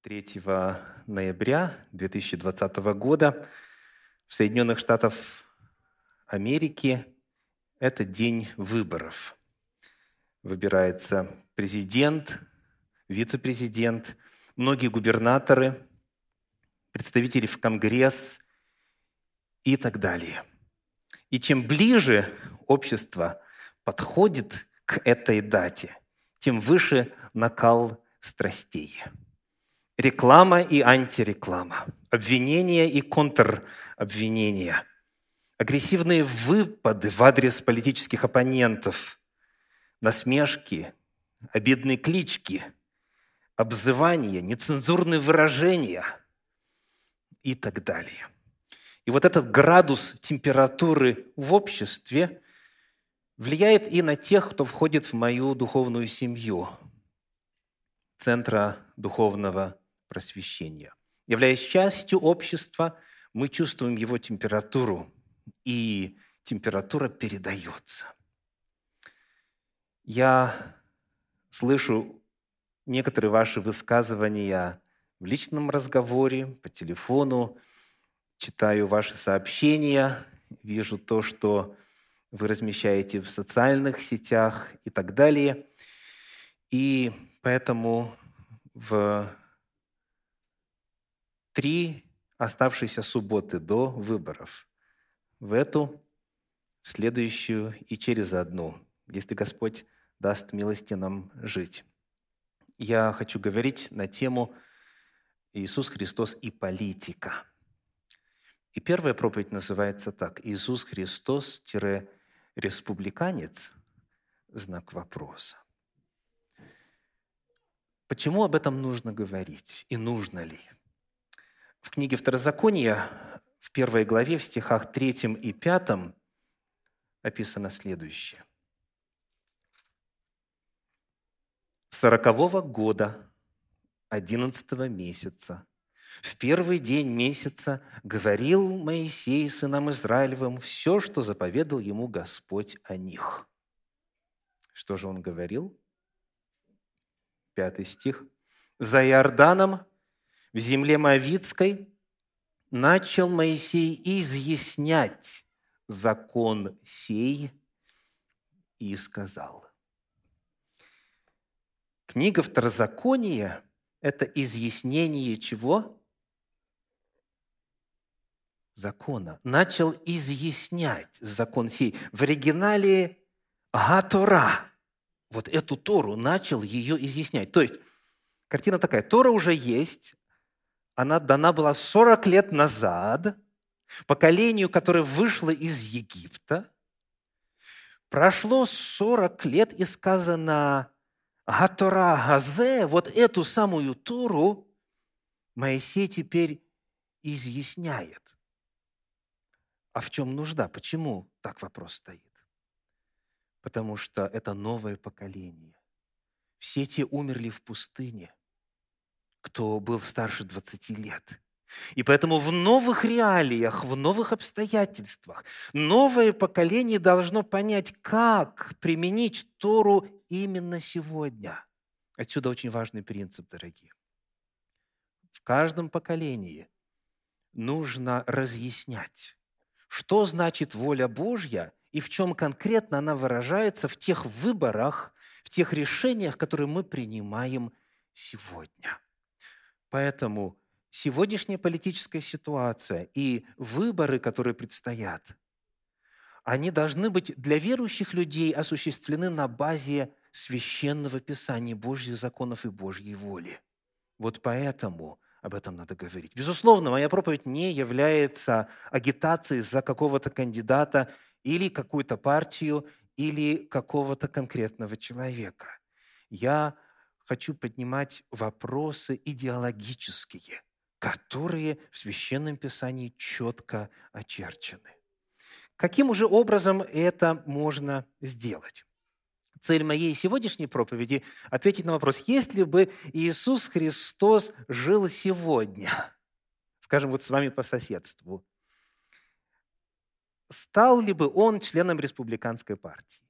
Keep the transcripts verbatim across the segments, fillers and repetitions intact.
третьего ноября две тысячи двадцатого года в Соединенных Штатах Америки это день выборов. Выбирается президент, вице-президент, многие губернаторы, представители в Конгресс и так далее. И чем ближе общество подходит к этой дате, тем выше накал страстей. Реклама и антиреклама, обвинения и контробвинения, агрессивные выпады в адрес политических оппонентов, насмешки, обидные клички, обзывания, нецензурные выражения и так далее. И вот этот градус температуры в обществе влияет и на тех, кто входит в мою духовную семью, Центра духовного просвещения. Являясь частью общества, мы чувствуем его температуру, и температура передается. Я слышу некоторые ваши высказывания в личном разговоре, по телефону, читаю ваши сообщения, вижу то, что вы размещаете в социальных сетях и так далее. И поэтому в три оставшиеся субботы до выборов, в эту, в следующую и через одну, если Господь даст милости нам жить, я хочу говорить на тему «Иисус Христос и политика». И первая проповедь называется так: «Иисус Христос – республиканец?» Знак вопроса. Почему об этом нужно говорить и нужно ли? В книге Второзакония, в первой главе, в стихах третьем и пятом описано следующее. «Сорокового года, одиннадцатого месяца, в первый день месяца говорил Моисей сынам Израилевым все, что заповедал ему Господь о них». Что же он говорил? Пятый стих. «За Иорданом, в земле Моавитской, начал Моисей изъяснять закон сей и сказал». Книга Второзакония – это изъяснение чего? Закона. Начал изъяснять закон сей. В оригинале «Га-Тора». Вот эту Тору начал ее изъяснять. То есть картина такая: Тора уже есть, она дана была сорок лет назад поколению, которое вышло из Египта. Прошло сорок лет, и сказано «Га-Тора Газе», вот эту самую Тору Моисей теперь изъясняет. А в чем нужда? Почему так вопрос стоит? Потому что это новое поколение. Все те умерли в пустыне, кто был старше двадцати лет. И поэтому в новых реалиях, в новых обстоятельствах новое поколение должно понять, как применить Тору именно сегодня. Отсюда очень важный принцип, дорогие. В каждом поколении нужно разъяснять, что значит воля Божья и в чем конкретно она выражается в тех выборах, в тех решениях, которые мы принимаем сегодня. Поэтому сегодняшняя политическая ситуация и выборы, которые предстоят, они должны быть для верующих людей осуществлены на базе священного Писания, Божьих законов и Божьей воли. Вот поэтому об этом надо говорить. Безусловно, моя проповедь не является агитацией за какого-то кандидата или какую-то партию, или какого-то конкретного человека. Я хочу поднимать вопросы идеологические, которые в Священном Писании четко очерчены. Каким же образом это можно сделать? Цель моей сегодняшней проповеди – ответить на вопрос: если бы Иисус Христос жил сегодня, скажем, вот с вами по соседству, стал ли бы он членом республиканской партии?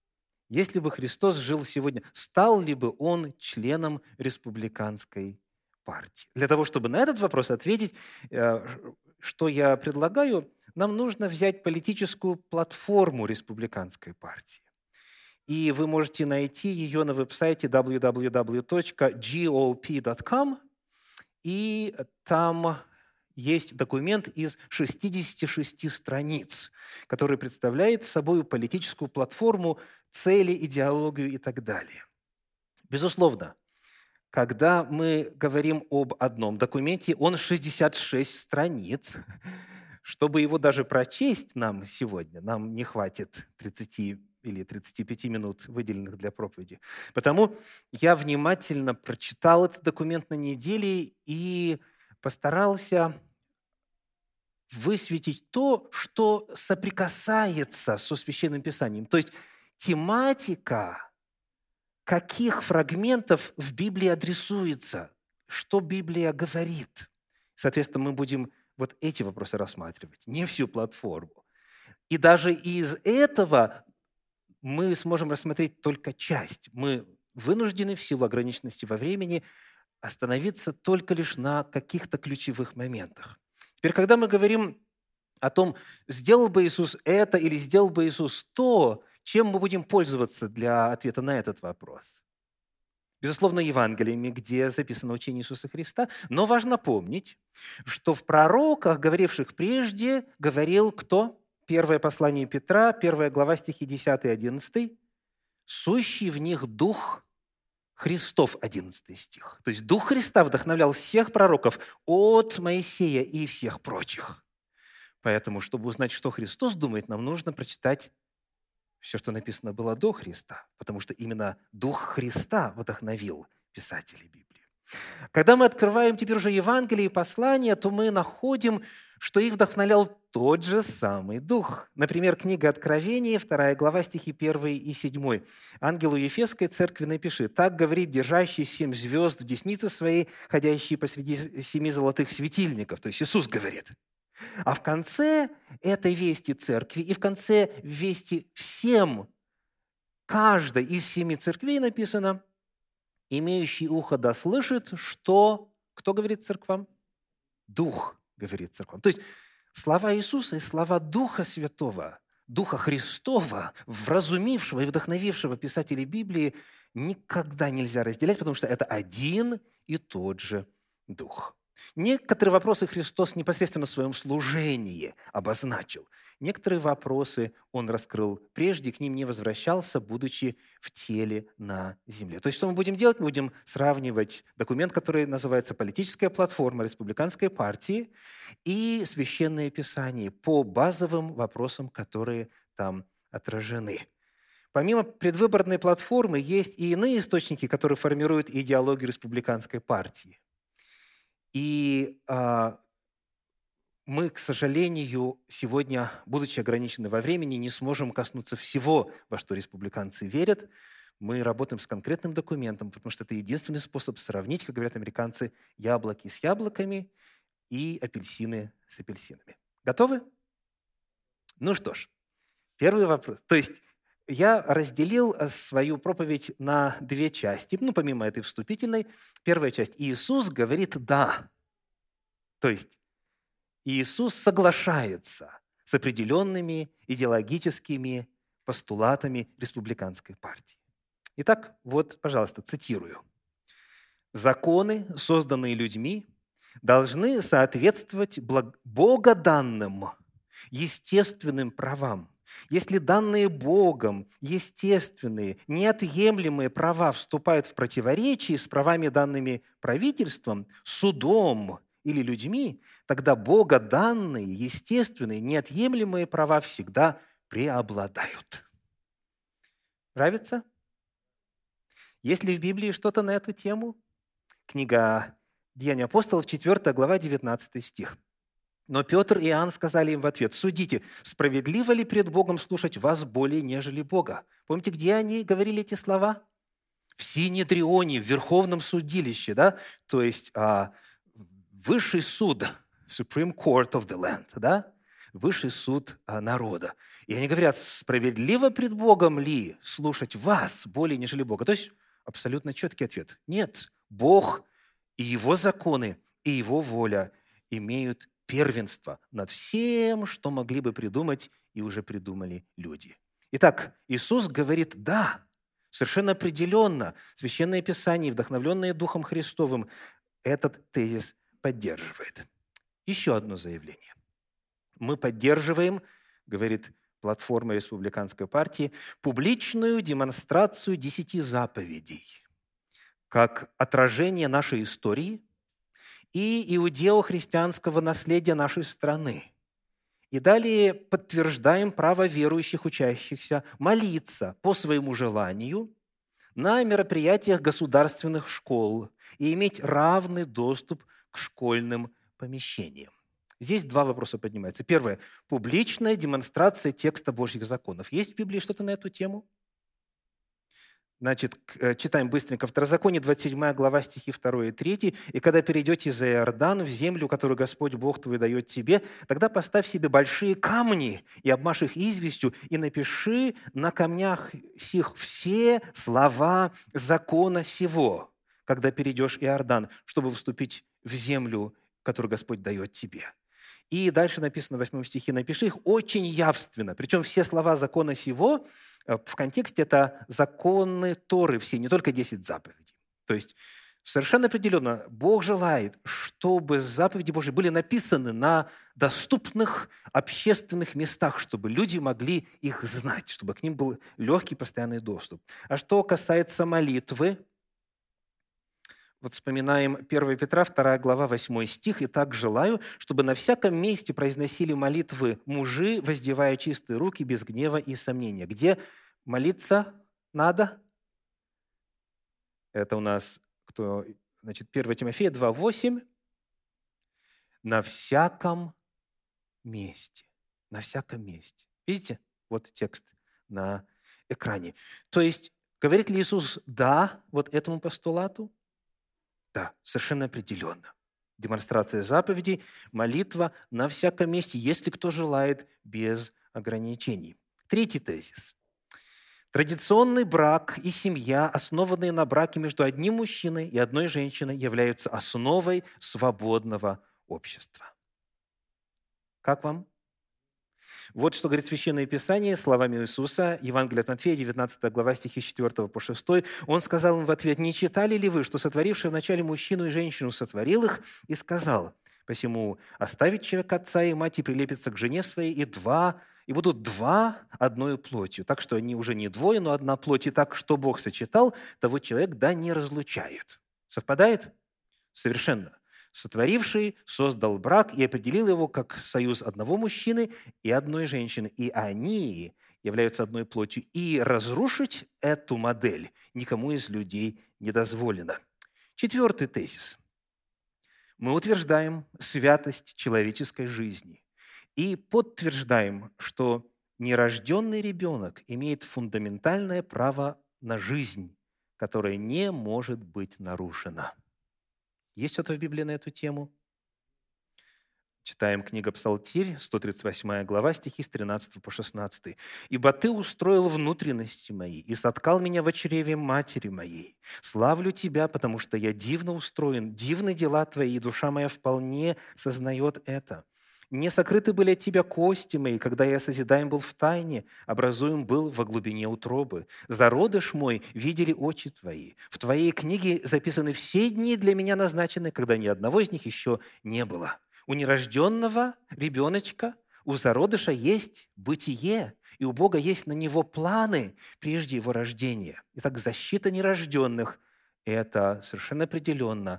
Если бы Христос жил сегодня, стал ли бы он членом республиканской партии? Для того, чтобы на этот вопрос ответить, что я предлагаю, нам нужно взять политическую платформу республиканской партии. И вы можете найти ее на веб-сайте дабл ю дабл ю дабл ю точка джи о пи точка ком, и там есть документ из шестидесяти шести страниц, который представляет собой политическую платформу, цели, идеологию и так далее. Безусловно, когда мы говорим об одном документе, он шестьдесят шесть страниц. Чтобы его даже прочесть нам сегодня, нам не хватит тридцати или тридцати пяти минут, выделенных для проповеди. Потому я внимательно прочитал этот документ на неделе и постарался высветить то, что соприкасается со Священным Писанием. То есть тематика, каких фрагментов в Библии адресуется, что Библия говорит. Соответственно, мы будем вот эти вопросы рассматривать, не всю платформу. И даже из этого мы сможем рассмотреть только часть. Мы вынуждены в силу ограниченности во времени остановиться только лишь на каких-то ключевых моментах. Теперь, когда мы говорим о том, сделал бы Иисус это или сделал бы Иисус то, чем мы будем пользоваться для ответа на этот вопрос? Безусловно, Евангелиями, где записано учение Иисуса Христа, но важно помнить, что в пророках, говоривших прежде, говорил кто? Первое послание Петра, первая глава, стихи десятый и одиннадцатый. «Сущий в них Дух Христов», одиннадцатый стих. То есть Дух Христа вдохновлял всех пророков от Моисея и всех прочих. Поэтому, чтобы узнать, что Христос думает, нам нужно прочитать все, что написано было до Христа, потому что именно Дух Христа вдохновил писателей Библии. Когда мы открываем теперь уже Евангелие и послания, то мы находим, что их вдохновлял тот же самый Дух. Например, книга Откровения, вторая глава, стихи первый и седьмой. «Ангелу Ефесской церкви напиши: так говорит держащий семь звезд в деснице своей, ходящий посреди семи золотых светильников». То есть Иисус говорит. А в конце этой вести церкви и в конце вести всем, каждой из семи церквей написано: «Имеющий ухо да слышит, что...» Кто говорит церквам? Дух говорит церквам. То есть слова Иисуса и слова Духа Святого, Духа Христова, вразумившего и вдохновившего писателей Библии, никогда нельзя разделять, потому что это один и тот же Дух. Некоторые вопросы Христос непосредственно в своем служении обозначил. Некоторые вопросы Он раскрыл прежде, к ним не возвращался, будучи в теле на земле. То есть что мы будем делать? Мы будем сравнивать документ, который называется «Политическая платформа республиканской партии», и Священное Писание по базовым вопросам, которые там отражены. Помимо предвыборной платформы есть и иные источники, которые формируют идеологию республиканской партии. И а, мы, к сожалению, сегодня, будучи ограничены во времени, не сможем коснуться всего, во что республиканцы верят. Мы работаем с конкретным документом, потому что это единственный способ сравнить, как говорят американцы, яблоки с яблоками и апельсины с апельсинами. Готовы? Ну что ж, первый вопрос. То есть я разделил свою проповедь на две части, ну, помимо этой вступительной. Первая часть. Иисус говорит «да». То есть Иисус соглашается с определенными идеологическими постулатами республиканской партии. Итак, вот, пожалуйста, цитирую. «Законы, созданные людьми, должны соответствовать богоданным, естественным правам. Если данные Богом естественные, неотъемлемые права вступают в противоречие с правами, данными правительством, судом или людьми, тогда богоданные, естественные, неотъемлемые права всегда преобладают». Нравится? Есть ли в Библии что-то на эту тему? Книга «Деяния апостолов», четвёртая глава, девятнадцатый стих. «Но Петр и Иоанн сказали им в ответ: судите, справедливо ли пред Богом слушать вас более, нежели Бога?» Помните, где они говорили эти слова? В Синедрионе, в Верховном судилище, да? То есть а, высший суд, Supreme Court of the Land, да? Высший суд а, народа. И они говорят: справедливо пред Богом ли слушать вас более, нежели Бога? То есть абсолютно четкий ответ. Нет, Бог и Его законы, и Его воля имеют первенство над всем, что могли бы придумать и уже придумали люди. Итак, Иисус говорит «да», совершенно определенно. Священное Писание, вдохновленное Духом Христовым, этот тезис поддерживает. Еще одно заявление. Мы поддерживаем, говорит платформа Республиканской партии, публичную демонстрацию десяти заповедей как отражение нашей истории и иудео-христианского наследия нашей страны. И далее подтверждаем право верующих учащихся молиться по своему желанию на мероприятиях государственных школ и иметь равный доступ к школьным помещениям. Здесь два вопроса поднимаются. Первое. Публичная демонстрация текста Божьих законов. Есть в Библии что-то на эту тему? Значит, читаем быстренько. Второзаконие, двадцать седьмая глава, стихи два и три. «И когда перейдете за Иордан в землю, которую Господь Бог твой дает тебе, тогда поставь себе большие камни и обмажь их известью, и напиши на камнях сих все слова закона сего, когда перейдешь Иордан, чтобы вступить в землю, которую Господь дает тебе». И дальше написано в восьмом стихе: «Напиши их очень явственно». Причем все слова закона сего в контексте это законы Торы все, не только десять заповедей. То есть совершенно определенно Бог желает, чтобы заповеди Божьи были написаны на доступных общественных местах, чтобы люди могли их знать, чтобы к ним был легкий постоянный доступ. А что касается молитвы, вот вспоминаем первое Петра, вторая глава, восьмой стих. «И так желаю, чтобы на всяком месте произносили молитвы мужи, воздевая чистые руки, без гнева и сомнения». Где молиться надо? Это у нас, кто, значит, первое Тимофея два, восемь. «На всяком месте». На всяком месте. Видите? Вот текст на экране. То есть, говорит ли Иисус «да» вот этому постулату? Да, совершенно определенно. Демонстрация заповедей, молитва на всяком месте, если кто желает, без ограничений. Третий тезис. Традиционный брак и семья, основанные на браке между одним мужчиной и одной женщиной, являются основой свободного общества. Как вам? Вот что говорит Священное Писание словами Иисуса, Евангелие от Матфея, девятнадцатая глава, стихи с четвёртого по шестой. Он сказал им в ответ: «Не читали ли вы, что сотворивший вначале мужчину и женщину сотворил их, и сказал: посему оставит человек отца и мать и прилепится к жене своей, и два, и будут два одною плотью, так что они уже не двое, но одна плоть, и так, что Бог сочетал, того человек да не разлучает». Совпадает? Совершенно. Сотворивший создал брак и определил его как союз одного мужчины и одной женщины. И они являются одной плотью. И разрушить эту модель никому из людей не дозволено. Четвертый тезис. Мы утверждаем святость человеческой жизни и подтверждаем, что нерожденный ребенок имеет фундаментальное право на жизнь, которая не может быть нарушена. Есть что-то в Библии на эту тему? Читаем книга Псалтирь, сто тридцать восьмая глава, стихи с тринадцатого по шестнадцатый. «Ибо Ты устроил внутренности мои и соткал меня в чреве матери моей. Славлю Тебя, потому что я дивно устроен, дивны дела Твои, и душа моя вполне сознает это. Не сокрыты были от Тебя кости мои, когда я созидаем был в тайне, образуем был во глубине утробы. Зародыш мой видели очи Твои. В Твоей книге записаны все дни для меня назначены, когда ни одного из них еще не было. У нерожденного ребеночка, у зародыша есть бытие, и у Бога есть на него планы прежде его рождения. Итак, защита нерожденных – это совершенно определенно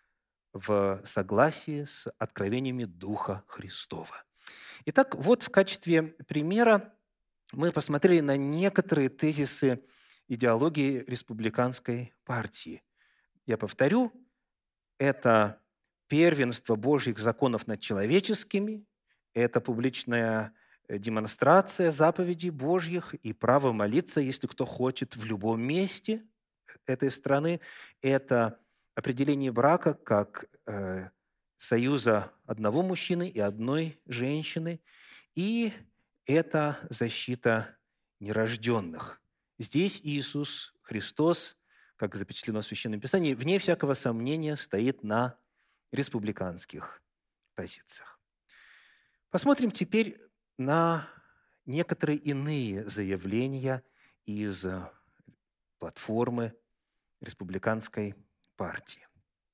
в согласии с откровениями Духа Христова. Итак, вот в качестве примера мы посмотрели на некоторые тезисы идеологии республиканской партии. Я повторю, это первенство Божьих законов над человеческими, это публичная демонстрация заповедей Божьих и право молиться, если кто хочет, в любом месте этой страны, это определение брака как э, союза одного мужчины и одной женщины, и это защита нерожденных. Здесь Иисус Христос как запечатлено в Священном Писании, вне всякого сомнения стоит на республиканских позициях. Посмотрим теперь на некоторые иные заявления из платформы республиканской партии.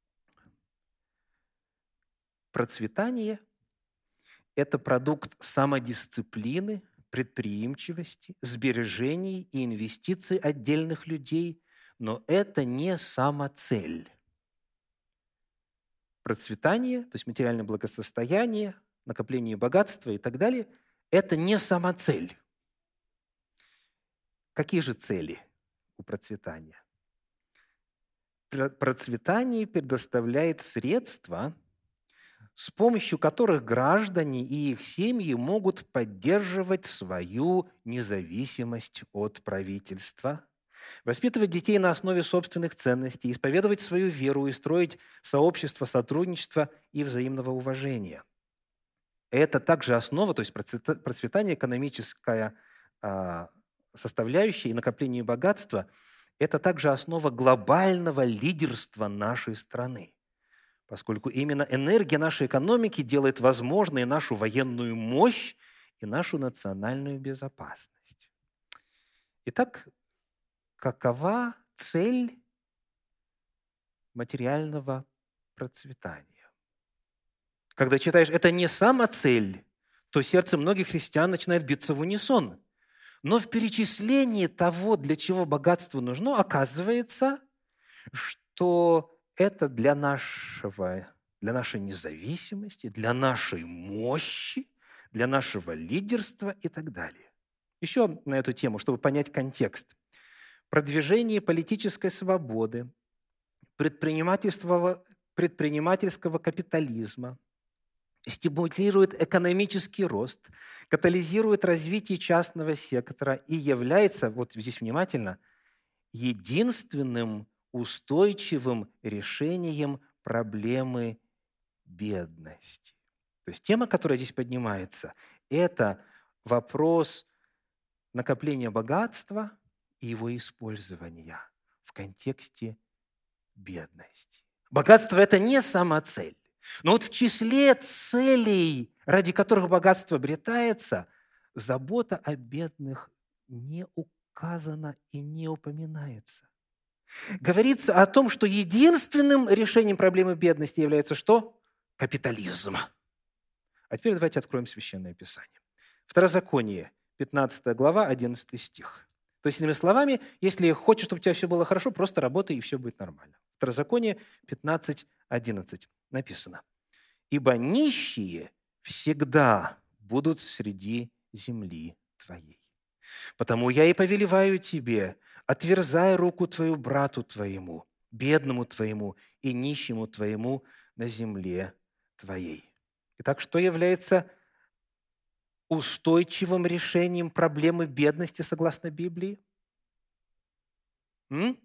Процветание – это продукт самодисциплины, предприимчивости, сбережений и инвестиций отдельных людей, но это не самоцель. Процветание, то есть материальное благосостояние, накопление богатства и так далее – это не самоцель. Какие же цели у процветания? Процветание предоставляет средства, с помощью которых граждане и их семьи могут поддерживать свою независимость от правительства, воспитывать детей на основе собственных ценностей, исповедовать свою веру и строить сообщество сотрудничества и взаимного уважения. Это также основа, то есть процветание, экономическая составляющая и накопление богатства – это также основа глобального лидерства нашей страны, поскольку именно энергия нашей экономики делает возможной нашу военную мощь и нашу национальную безопасность. Итак, какова цель материального процветания? Когда читаешь «это не самоцель», то сердце многих христиан начинает биться в унисон. Но в перечислении того, для чего богатство нужно, оказывается, что это для нашего, для нашей независимости, для нашей мощи, для нашего лидерства и так далее. Еще на эту тему, чтобы понять контекст. Продвижение политической свободы, предпринимательского, предпринимательского капитализма, стимулирует экономический рост, катализирует развитие частного сектора и является, вот здесь внимательно, единственным устойчивым решением проблемы бедности. То есть тема, которая здесь поднимается, это вопрос накопления богатства и его использования в контексте бедности. Богатство – это не самоцель. Но вот в числе целей, ради которых богатство обретается, забота о бедных не указана и не упоминается. Говорится о том, что единственным решением проблемы бедности является что? Капитализм. А теперь давайте откроем Священное Писание. Второзаконие, пятнадцатая глава, одиннадцатый стих. То есть, иными словами, если хочешь, чтобы у тебя все было хорошо, просто работай, и все будет нормально. Второзаконие пятнадцать, одиннадцать написано. «Ибо нищие всегда будут среди земли твоей. Потому я и повелеваю тебе, отверзай руку твою брату твоему, бедному твоему и нищему твоему на земле твоей». Итак, что является устойчивым решением проблемы бедности согласно Библии? М?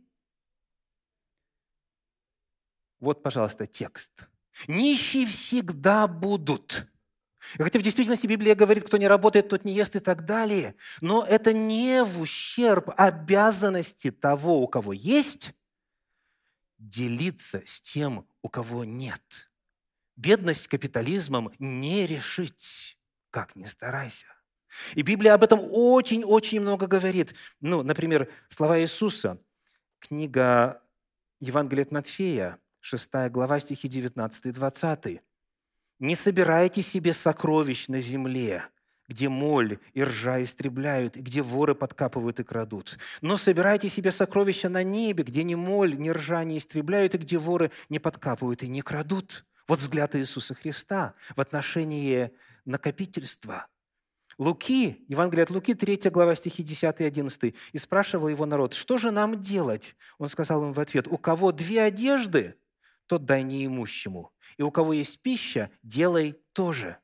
Вот, пожалуйста, текст. «Нищие всегда будут». И хотя в действительности Библия говорит, кто не работает, тот не ест и так далее, но это не в ущерб обязанности того, у кого есть, делиться с тем, у кого нет. Бедность капитализмом не решить, как ни старайся. И Библия об этом очень-очень много говорит. Ну, например, слова Иисуса, книга Евангелия от Матфея, шестая глава, стихи девятнадцатый и двадцатый. «Не собирайте себе сокровищ на земле, где моль и ржа истребляют, и где воры подкапывают и крадут. Но собирайте себе сокровища на небе, где ни моль, ни ржа не истребляют, и где воры не подкапывают и не крадут». Вот взгляд Иисуса Христа в отношении накопительства. Луки, Евангелие от Луки, третья глава, стихи десятый и одиннадцатый. «И спрашивал его народ, что же нам делать?» Он сказал им в ответ, «У кого две одежды, тот дай неимущему, и у кого есть пища, делай тоже».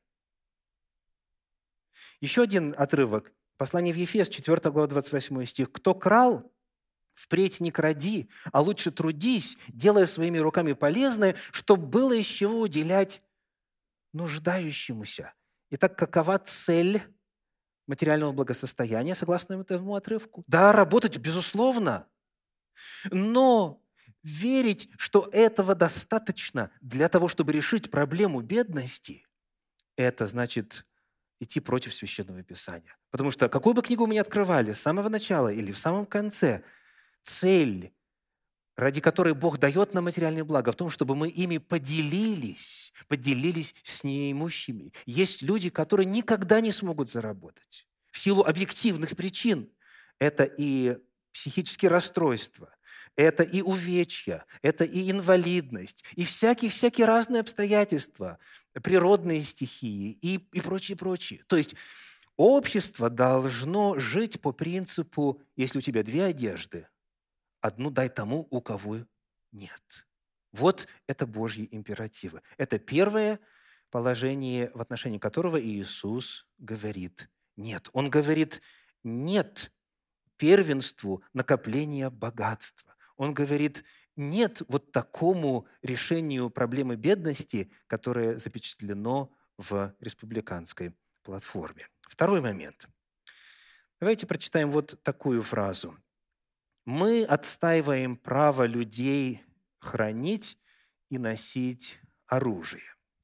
Еще один отрывок. Послание в Ефес, четвёртая глава, двадцать восьмой стих. «Кто крал, впредь не кради, а лучше трудись, делая своими руками полезное, чтобы было из чего уделять нуждающемуся». Итак, какова цель материального благосостояния, согласно этому отрывку? Да, работать, безусловно. Но верить, что этого достаточно для того, чтобы решить проблему бедности, это значит идти против Священного Писания. Потому что какую бы книгу мы ни открывали, с самого начала или в самом конце, цель, ради которой Бог дает нам материальные блага, в том, чтобы мы ими поделились, поделились с неимущими. Есть люди, которые никогда не смогут заработать в силу объективных причин. Это и психические расстройства, это и увечья, это и инвалидность, и всякие-всякие разные обстоятельства, природные стихии и, и прочее, прочее. То есть общество должно жить по принципу, если у тебя две одежды, одну дай тому, у кого нет. Вот это Божьи императивы. Это первое положение, в отношении которого Иисус говорит «нет». Он говорит «нет» первенству накопления богатства. Он говорит «нет» вот такому решению проблемы бедности, которое запечатлено в республиканской платформе. Второй момент. Давайте прочитаем вот такую фразу. Мы отстаиваем право людей хранить и носить оружие.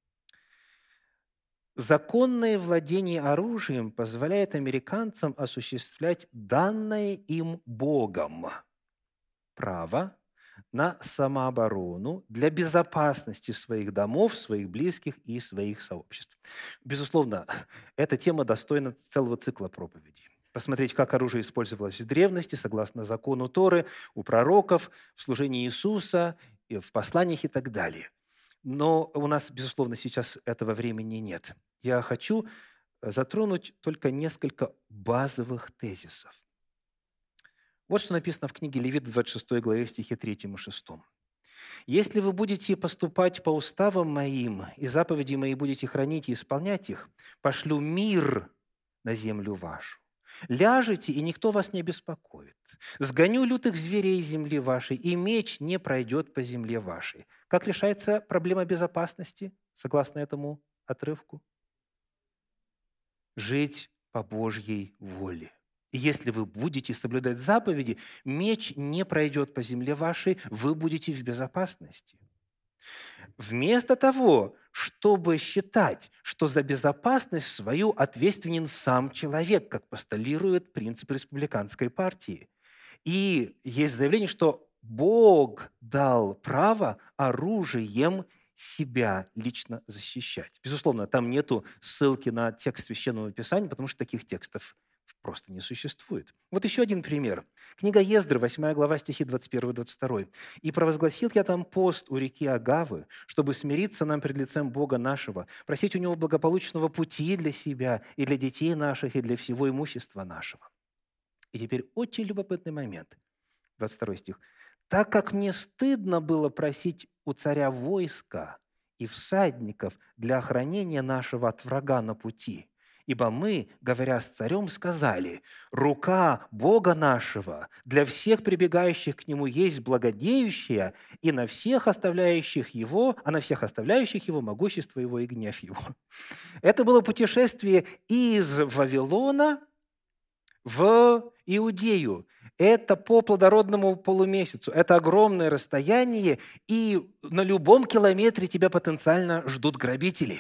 Законное владение оружием позволяет американцам осуществлять данное им Богом право на самооборону для безопасности своих домов, своих близких и своих сообществ. Безусловно, эта тема достойна целого цикла проповедей. Посмотреть, как оружие использовалось в древности, согласно закону Торы, у пророков, в служении Иисуса, в посланиях и так далее. Но у нас, безусловно, сейчас этого времени нет. Я хочу затронуть только несколько базовых тезисов. Вот что написано в книге Левит в двадцать шестой главе, в стихе третьем и шестом. «Если вы будете поступать по уставам моим, и заповеди мои будете хранить и исполнять их, пошлю мир на землю вашу. Ляжете, и никто вас не беспокоит. Сгоню лютых зверей из земли вашей, и меч не пройдет по земле вашей». Как решается проблема безопасности, согласно этому отрывку? Жить по Божьей воле. И если вы будете соблюдать заповеди, меч не пройдет по земле вашей, вы будете в безопасности. Вместо того, чтобы считать, что за безопасность свою ответственен сам человек, как постулирует принцип республиканской партии. И есть заявление, что Бог дал право оружием себя лично защищать. Безусловно, там нету ссылки на текст Священного Писания, потому что таких текстов просто не существует. Вот еще один пример. Книга Ездры, восьмая глава, стихи двадцать первый двадцать второй. «И провозгласил я там пост у реки Агавы, чтобы смириться нам пред лицем Бога нашего, просить у Него благополучного пути для себя и для детей наших, и для всего имущества нашего». И теперь очень любопытный момент. двадцать второй стих. «Так как мне стыдно было просить у царя войска и всадников для охранения нашего от врага на пути, ибо мы, говоря с царем, сказали, рука Бога нашего для всех прибегающих к Нему есть благодеющая, и на всех оставляющих Его, а на всех оставляющих Его могущество Его и гнев Его». Это было путешествие из Вавилона в Иудею. Это по плодородному полумесяцу. Это огромное расстояние, и на любом километре тебя потенциально ждут грабители.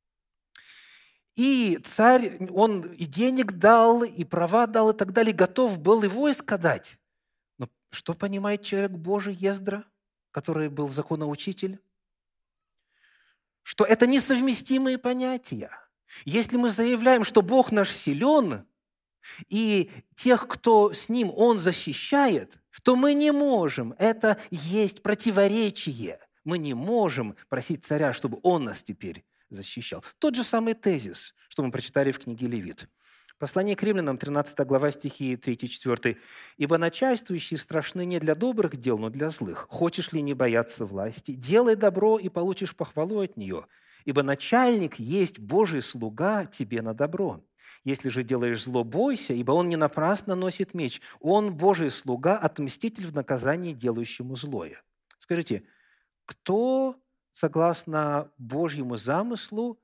И царь, он и денег дал, и права дал, и так далее, готов был и войско дать. Но что понимает человек Божий Ездра, который был законоучитель? Что это несовместимые понятия. Если мы заявляем, что Бог наш силен, и тех, кто с Ним Он защищает, то мы не можем. Это есть противоречие. Мы не можем просить царя, чтобы он нас теперь защищал. Тот же самый тезис, что мы прочитали в книге Левит. Послание к римлянам, тринадцатая глава, стихи три-четыре. «Ибо начальствующие страшны не для добрых дел, но для злых. Хочешь ли не бояться власти? Делай добро, и получишь похвалу от нее. Ибо начальник есть Божий слуга тебе на добро. Если же делаешь зло, бойся, ибо он не напрасно носит меч. Он Божий слуга, отмститель в наказании делающему злое». Скажите, кто, согласно Божьему замыслу,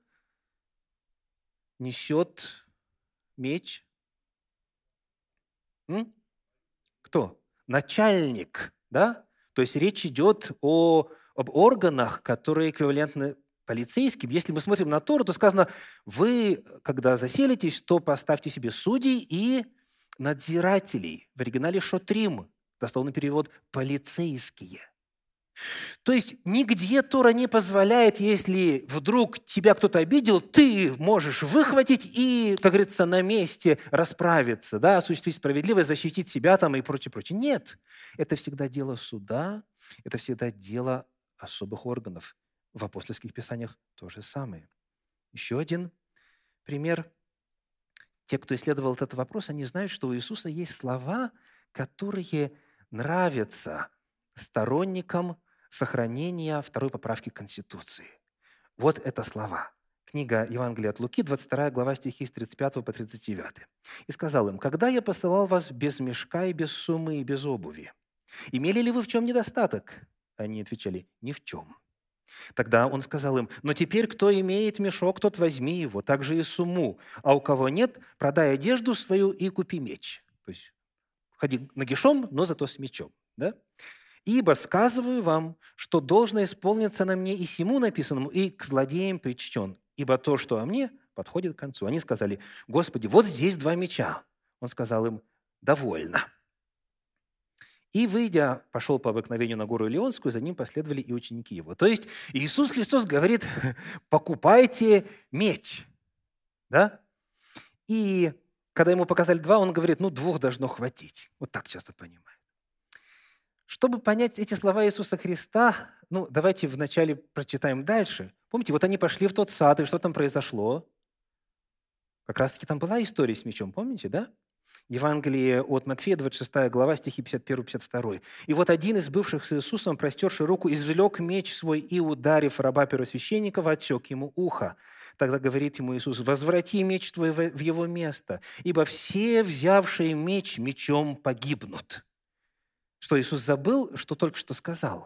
несет меч? М? Кто? Начальник. да? То есть речь идет о, об органах, которые эквивалентны полицейским. Если мы смотрим на Тору, то сказано, вы, когда заселитесь, то поставьте себе судей и надзирателей. В оригинале «шотрим», дословный перевод «полицейские». То есть нигде Тора не позволяет, если вдруг тебя кто-то обидел, ты можешь выхватить и, как говорится, на месте расправиться, да, осуществить справедливость, защитить себя там и прочее, прочее. Нет, это всегда дело суда, это всегда дело особых органов. В апостольских писаниях то же самое. Еще один пример. Те, кто исследовал этот вопрос, они знают, что у Иисуса есть слова, которые нравятся сторонникам сохранения второй поправки Конституции. Вот это слова. Книга Евангелия от Луки, двадцать вторая глава, стихи с тридцать пятого по тридцать девятый. «И сказал им, когда я посылал вас без мешка и без суммы и без обуви, имели ли вы в чем недостаток?» Они отвечали, ни в чем. Тогда он сказал им, но теперь кто имеет мешок, тот возьми его, также и сумму, а у кого нет, продай одежду свою и купи меч. То есть ходи нагишом, но зато с мечом. Да? «Ибо сказываю вам, что должно исполниться на мне и сему написанному, и к злодеям причтен, ибо то, что о мне, подходит к концу». Они сказали, «Господи, вот здесь два меча». Он сказал им, «Довольно». И, выйдя, пошел по обыкновению на гору Илионскую, за ним последовали и ученики его. То есть Иисус Христос говорит, покупайте меч. Да? И когда ему показали два, он говорит, ну, двух должно хватить. Вот так часто понимает. Чтобы понять эти слова Иисуса Христа, ну, давайте вначале прочитаем дальше. Помните, вот они пошли в тот сад, и что там произошло? Как раз-таки там была история с мечом, помните, да? Евангелие от Матфея, двадцать шестая глава, стихи пятьдесят первый - пятьдесят второй. «И вот один из бывших с Иисусом, простерши руку, извлек меч свой и, ударив раба первосвященникова, отсек ему ухо. Тогда говорит ему Иисус, возврати меч твой в его место, ибо все, взявшие меч, мечом погибнут». Что, Иисус забыл, что только что сказал?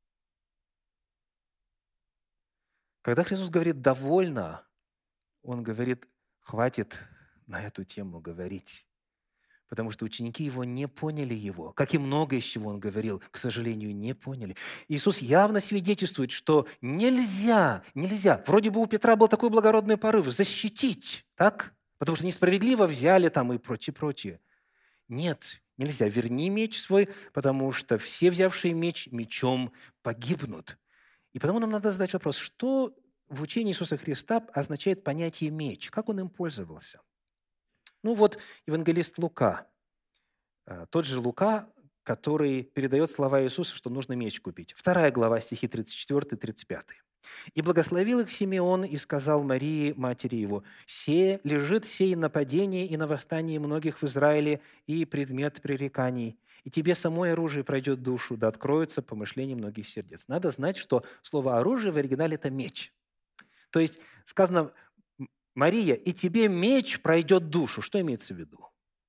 Когда Христос говорит «довольно», Он говорит «хватит на эту тему говорить». Потому что ученики его не поняли его. Как и многое, из чего он говорил, к сожалению, не поняли. Иисус явно свидетельствует, что нельзя, нельзя. Вроде бы у Петра был такой благородный порыв защитить, так? Потому что несправедливо взяли там и прочее, прочее. Нет, нельзя. Верни меч свой, потому что все, взявшие меч, мечом погибнут. И потому нам надо задать вопрос, что в учении Иисуса Христа означает понятие меч? Как он им пользовался? Ну вот евангелист Лука, тот же Лука, который передает слова Иисуса, что нужно меч купить. Вторая глава, стихи тридцать четыре - тридцать пять. «И благословил их Симеон, и сказал Марии, матери его, «Се лежит сей нападение и на восстание многих в Израиле, и предмет пререканий, и тебе самой оружие пройдет душу, да откроются помышления многих сердец». Надо знать, что слово «оружие» в оригинале – это меч. То есть сказано «Мария, и тебе меч пройдет душу». Что имеется в виду?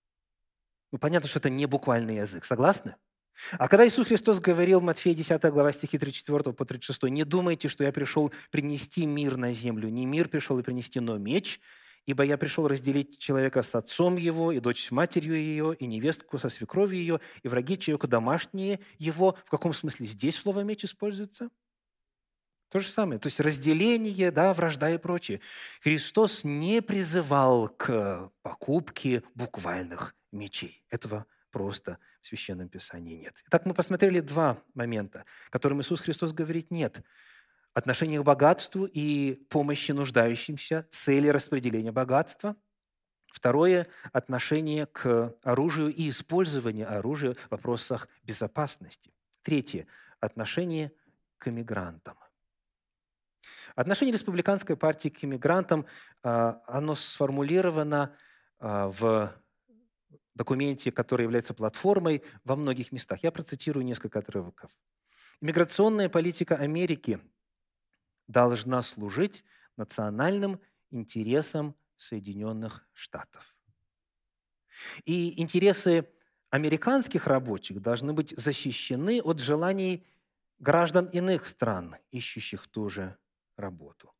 Ну, понятно, что это не буквальный язык. Согласны? А когда Иисус Христос говорил в Матфея десятая глава, стихи тридцать четыре по тридцать шесть, «Не думайте, что я пришел принести мир на землю. Не мир пришел и принести, но меч. Ибо я пришел разделить человека с отцом его, и дочь с матерью ее, и невестку со свекровью ее, и враги человеку домашние его». В каком смысле здесь слово «меч» используется? То же самое. То есть разделение, да, вражда и прочее. Христос не призывал к покупке буквальных мечей. Этого просто в Священном Писании нет. Итак, мы посмотрели два момента, которым Иисус Христос говорит «нет». Отношение к богатству и помощи нуждающимся, цели распределения богатства. Второе – отношение к оружию и использованию оружия в вопросах безопасности. Третье – отношение к эмигрантам. Отношение республиканской партии к иммигрантам, оно сформулировано в документе, который является платформой во многих местах. Я процитирую несколько отрывков. «Иммиграционная политика Америки должна служить национальным интересам Соединенных Штатов. И интересы американских рабочих должны быть защищены от желаний граждан иных стран, ищущих ту же работу».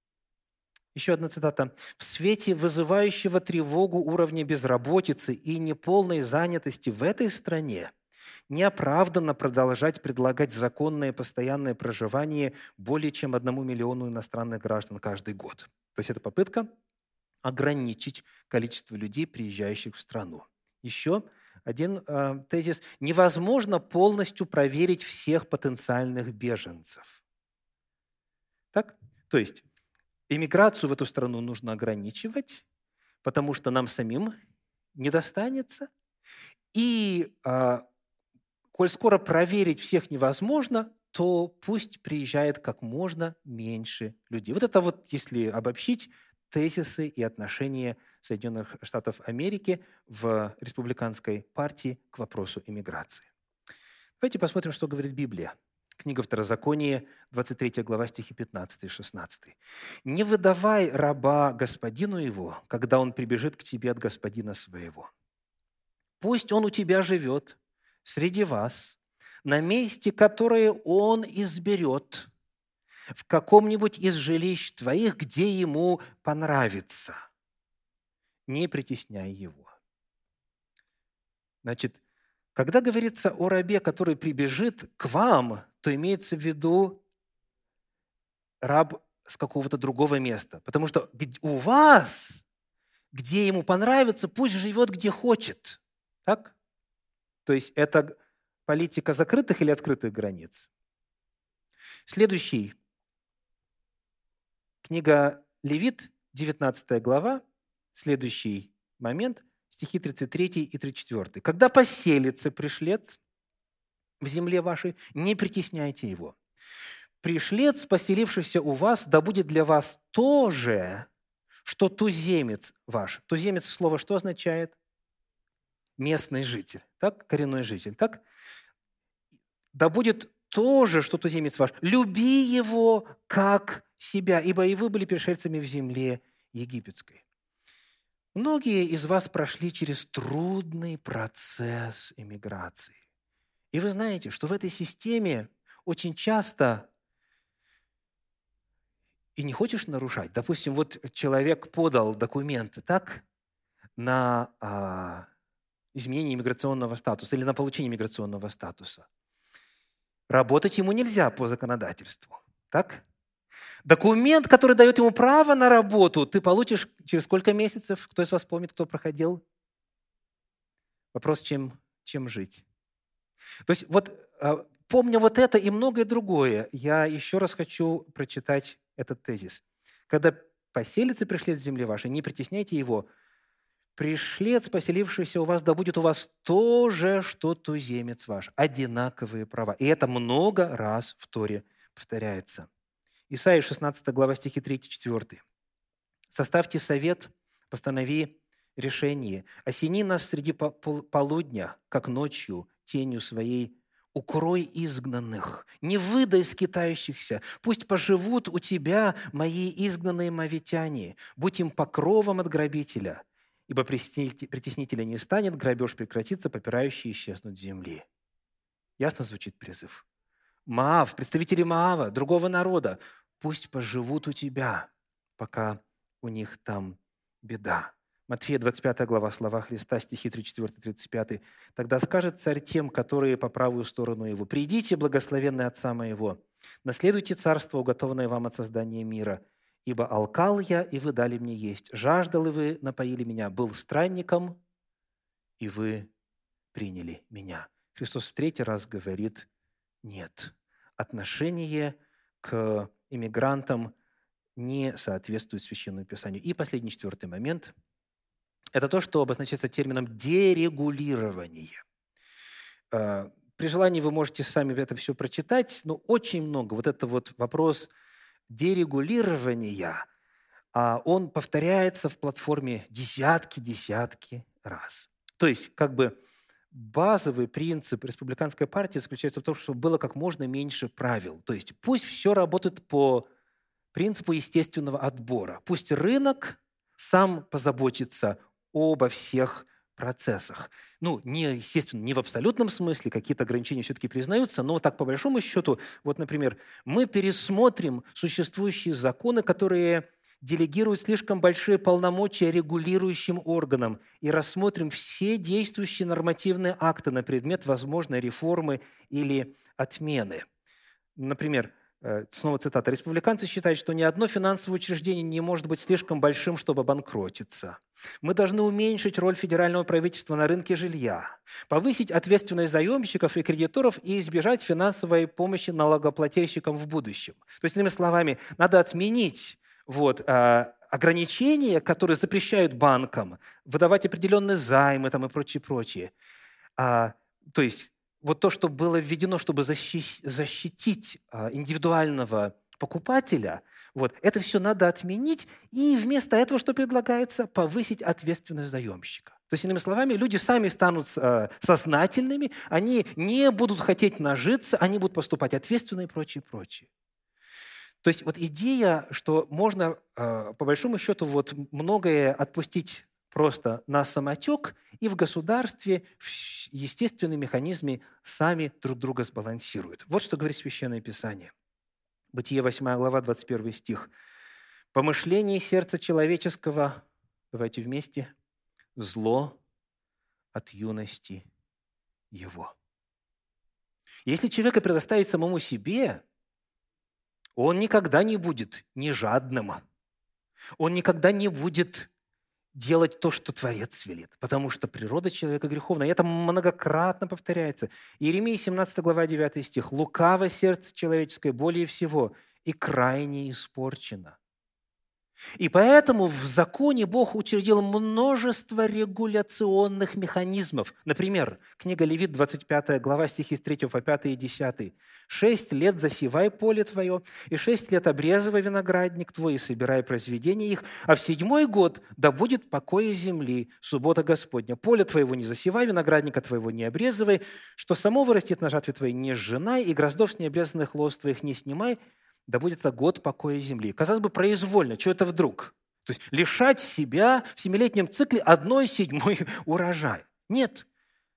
Еще одна цитата. «В свете вызывающего тревогу уровня безработицы и неполной занятости в этой стране неоправданно продолжать предлагать законное постоянное проживание более чем одному миллиону иностранных граждан каждый год. То есть это попытка ограничить количество людей, приезжающих в страну. Еще один э, тезис. Невозможно полностью проверить всех потенциальных беженцев. Так? То есть иммиграцию в эту страну нужно ограничивать, потому что нам самим не достанется. И э, коль скоро проверить всех невозможно, то пусть приезжает как можно меньше людей. Вот это вот, если обобщить, тезисы и отношения Соединенных Штатов Америки в республиканской партии к вопросу иммиграции. Давайте посмотрим, что говорит Библия. Книга Второзакония, двадцать третья глава, стихи пятнадцатый и шестнадцатый. «Не выдавай раба господину его, когда он прибежит к тебе от господина своего. Пусть он у тебя живет среди вас, на месте, которое он изберет, в каком-нибудь из жилищ твоих, где ему понравится. Не притесняй его». Значит, когда говорится о рабе, который прибежит к вам, то имеется в виду раб с какого-то другого места. Потому что у вас, где ему понравится, пусть живет, где хочет. Так? То есть это политика закрытых или открытых границ. Следующий. Книга Левит, девятнадцатая глава, следующий момент, стихи тридцать третий и тридцать четвёртый. «Когда поселится пришлец в земле вашей, не притесняйте его. Пришлец, поселившийся у вас, да будет для вас то же, что туземец ваш». Туземец слово что означает? Местный житель, так? Коренной житель, так? «Да будет то же, что туземец ваш. Люби его, как себя, ибо и вы были пришельцами в земле египетской». Многие из вас прошли через трудный процесс эмиграции. И вы знаете, что в этой системе очень часто и не хочешь нарушать. Допустим, вот человек подал документы, так, на а, изменение иммиграционного статуса или на получение иммиграционного статуса. Работать ему нельзя по законодательству, так? Документ, который дает ему право на работу, ты получишь через сколько месяцев? Кто из вас помнит, кто проходил? Вопрос, чем, чем жить. То есть вот, помня вот это и многое другое, я еще раз хочу прочитать этот тезис. «Когда поселится пришлец в земле вашей, не притесняйте его. Пришлец, поселившийся у вас, да будет у вас то же, что туземец ваш». Одинаковые права. И это много раз в Торе повторяется. Исайя шестнадцатая глава, стихи третий и четвёртый. «Составьте совет, постанови решение. Осени нас среди полудня, как ночью, тенью своей. Укрой изгнанных, не выдай скитающихся. Пусть поживут у тебя мои изгнанные мавитяне. Будь им покровом от грабителя, ибо притеснителя не станет, грабеж прекратится, попирающие исчезнут с земли». Ясно звучит призыв? Моав, представители Моава, другого народа, пусть поживут у тебя, пока у них там беда. Матфея двадцать пятая глава, слова Христа, стихи тридцать четыре тридцать пять. «Тогда скажет царь тем, которые по правую сторону его: придите, благословенный Отца моего, наследуйте царство, уготованное вам от создания мира. Ибо алкал я, и вы дали мне есть, жаждал, и вы напоили меня, был странником, и вы приняли меня». Христос в третий раз говорит: нет, отношение к иммигрантам не соответствует Священному Писанию. И последний, четвертый момент – это то, что обозначается термином «дерегулирование». При желании вы можете сами это все прочитать, но очень много. Вот это вот вопрос дерегулирования, он повторяется в платформе десятки-десятки раз. То есть, как бы базовый принцип республиканской партии заключается в том, чтобы было как можно меньше правил. То есть пусть все работает по принципу естественного отбора. Пусть рынок сам позаботится обо всех процессах. Ну, не, естественно, не в абсолютном смысле, какие-то ограничения все-таки признаются, но так по большому счету, вот, например, мы пересмотрим существующие законы, которые делегируют слишком большие полномочия регулирующим органам, и рассмотрим все действующие нормативные акты на предмет возможной реформы или отмены. Например, э, снова цитата, «Республиканцы считают, что ни одно финансовое учреждение не может быть слишком большим, чтобы обанкротиться. Мы должны уменьшить роль федерального правительства на рынке жилья, повысить ответственность заемщиков и кредиторов и избежать финансовой помощи налогоплательщикам в будущем». То есть, иными словами, надо отменить вот, э, ограничения, которые запрещают банкам выдавать определенные займы там, и прочее, прочее. А, то есть вот то, что было введено, чтобы защи- защитить а, индивидуального покупателя, вот, это все надо отменить, и вместо этого, что предлагается, повысить ответственность заемщика. То есть, иными словами, люди сами станут э, сознательными, они не будут хотеть нажиться, они будут поступать ответственно и прочее, прочее. То есть вот идея, что можно, э, по большому счету, вот многое отпустить просто на самотек, и в государстве в естественные механизмы сами друг друга сбалансируют. Вот что говорит Священное Писание. Бытие восьмая глава, двадцать первый стих. «Помышление сердца человеческого, давайте вместе, зло от юности его». Если человека предоставить самому себе, он никогда не будет ни жадным, он никогда не будет делать то, что Творец велит, потому что природа человека греховна. И это многократно повторяется. Иеремия семнадцатая глава, девятый стих. «Лукаво сердце человеческое более всего и крайне испорчено». И поэтому в законе Бог учредил множество регуляционных механизмов. Например, книга Левит, двадцать пятая глава, стихи с третьего по пятый и десятый. «Шесть лет засевай поле твое, и шесть лет обрезывай виноградник твой, и собирай произведения их, а в седьмой год да будет покоя земли, суббота Господня. Поле твоего не засевай, виноградника твоего не обрезывай, что само вырастет на жатве твоей не сжинай, и гроздов с необрезанных лоз твоих не снимай, да будет это год покоя земли». Казалось бы, произвольно, что это вдруг? То есть лишать себя в семилетнем цикле одной седьмой урожай. Нет.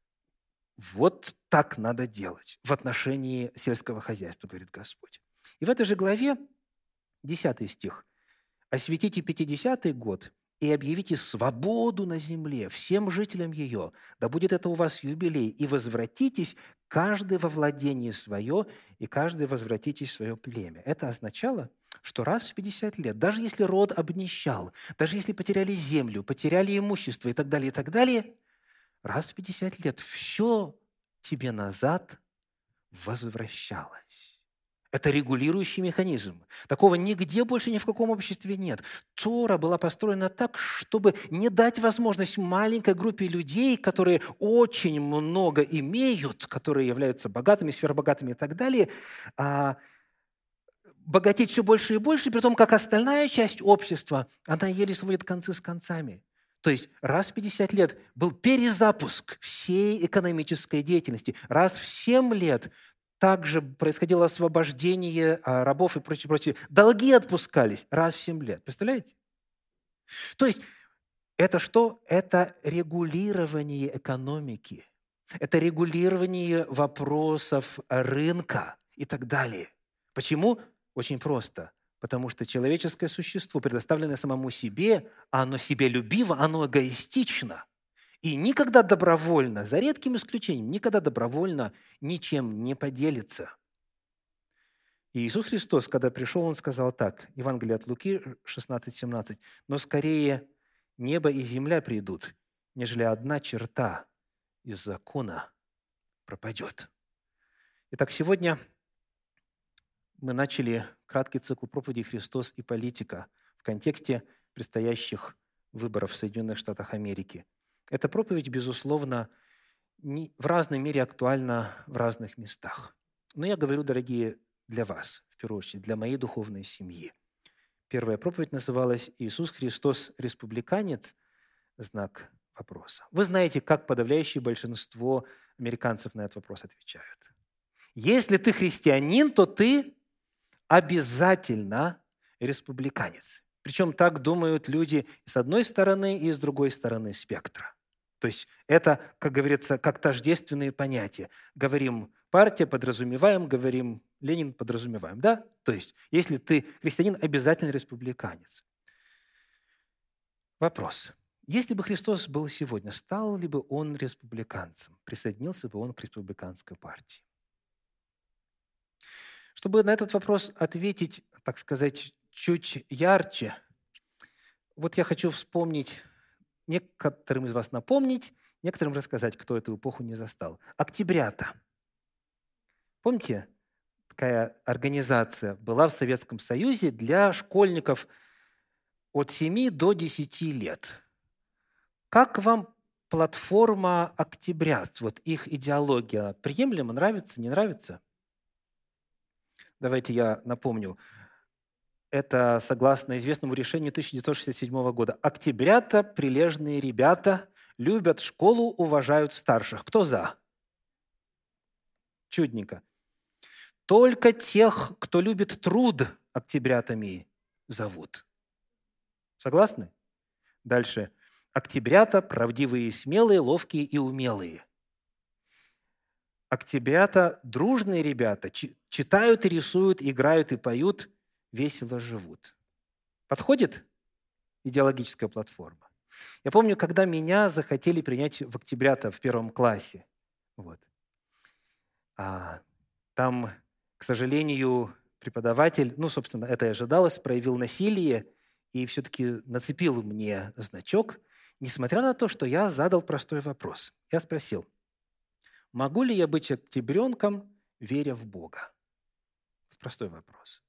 Вот так надо делать в отношении сельского хозяйства, говорит Господь. И в этой же главе, десятый стих. «Осветите пятидесятый год и объявите свободу на земле всем жителям ее. Да будет это у вас юбилей, и возвратитесь каждый во владение свое, и каждый возвратитесь в свое племя». Это означало, что раз в пятьдесят лет, даже если род обнищал, даже если потеряли землю, потеряли имущество и так далее, и так далее, раз в пятьдесят лет все тебе назад возвращалось. Это регулирующий механизм. Такого нигде больше ни в каком обществе нет. Тора была построена так, чтобы не дать возможность маленькой группе людей, которые очень много имеют, которые являются богатыми, сверхбогатыми и так далее, а, богатеть все больше и больше, при том, как остальная часть общества, она еле сводит концы с концами. То есть раз в пятьдесят лет был перезапуск всей экономической деятельности. Раз в семь лет также происходило освобождение рабов и прочее, прочее. Долги отпускались раз в семь лет. Представляете? То есть это что? Это регулирование экономики. Это регулирование вопросов рынка и так далее. Почему? Очень просто. Потому что человеческое существо, предоставленное самому себе, оно себелюбиво, оно эгоистично. И никогда добровольно, за редким исключением, никогда добровольно ничем не поделится. И Иисус Христос, когда пришел, Он сказал так, Евангелие от Луки шестнадцать семнадцать, «Но скорее небо и земля придут, нежели одна черта из закона пропадет». Итак, сегодня мы начали краткий цикл проповедей «Христос и политика» в контексте предстоящих выборов в Соединенных Штатах Америки. Эта проповедь, безусловно, в разной мере актуальна в разных местах. Но я говорю, дорогие, для вас, в первую очередь, для моей духовной семьи. Первая проповедь называлась «Иисус Христос республиканец?» Знак вопроса. Вы знаете, как подавляющее большинство американцев на этот вопрос отвечают. Если ты христианин, то ты обязательно республиканец. Причем так думают люди с одной стороны и с другой стороны спектра. То есть это, как говорится, как тождественные понятия. Говорим партия, подразумеваем, говорим Ленин, подразумеваем. Да? То есть если ты христианин, обязательно республиканец. Вопрос. Если бы Христос был сегодня, стал ли бы он республиканцем? Присоединился бы он к республиканской партии? Чтобы на этот вопрос ответить, так сказать, чуть ярче, вот я хочу вспомнить, некоторым из вас напомнить, некоторым рассказать, кто эту эпоху не застал. Октябрята. Помните, такая организация была в Советском Союзе для школьников от семи до десяти лет. Как вам платформа «Октябрят», вот их идеология? Приемлемо, нравится, не нравится? Давайте я напомню. Это согласно известному решению тысяча девятьсот шестьдесят седьмого года. «Октябрята, прилежные ребята, любят школу, уважают старших». Кто за? Чудненько. Только тех, кто любит труд, октябрятами зовут. Согласны? Дальше. Октябрята – правдивые, смелые, ловкие и умелые. Октябрята – дружные ребята, читают и рисуют, играют и поют, весело живут. Подходит идеологическая платформа? Я помню, когда меня захотели принять в октябрята в первом классе. Вот. А, там, к сожалению, преподаватель, ну, собственно, это и ожидалось, проявил насилие и все-таки нацепил мне значок, несмотря на то, что я задал простой вопрос. Я спросил, могу ли я быть октябренком, веря в Бога? Простой вопрос.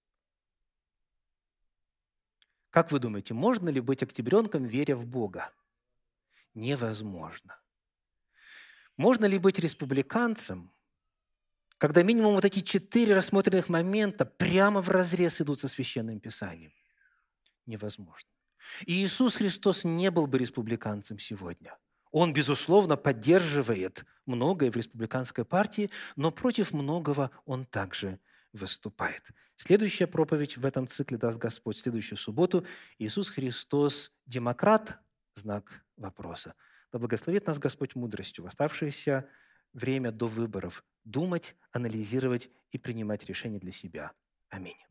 Как вы думаете, можно ли быть октябренком, веря в Бога? Невозможно. Можно ли быть республиканцем, когда минимум вот эти четыре рассмотренных момента прямо вразрез идут со Священным Писанием? Невозможно. И Иисус Христос не был бы республиканцем сегодня. Он, безусловно, поддерживает многое в республиканской партии, но против многого он также выступает. Следующая проповедь в этом цикле даст Господь в следующую субботу. Иисус Христос – демократ? Знак вопроса. Да благословит нас Господь мудростью в оставшееся время до выборов думать, анализировать и принимать решения для себя. Аминь.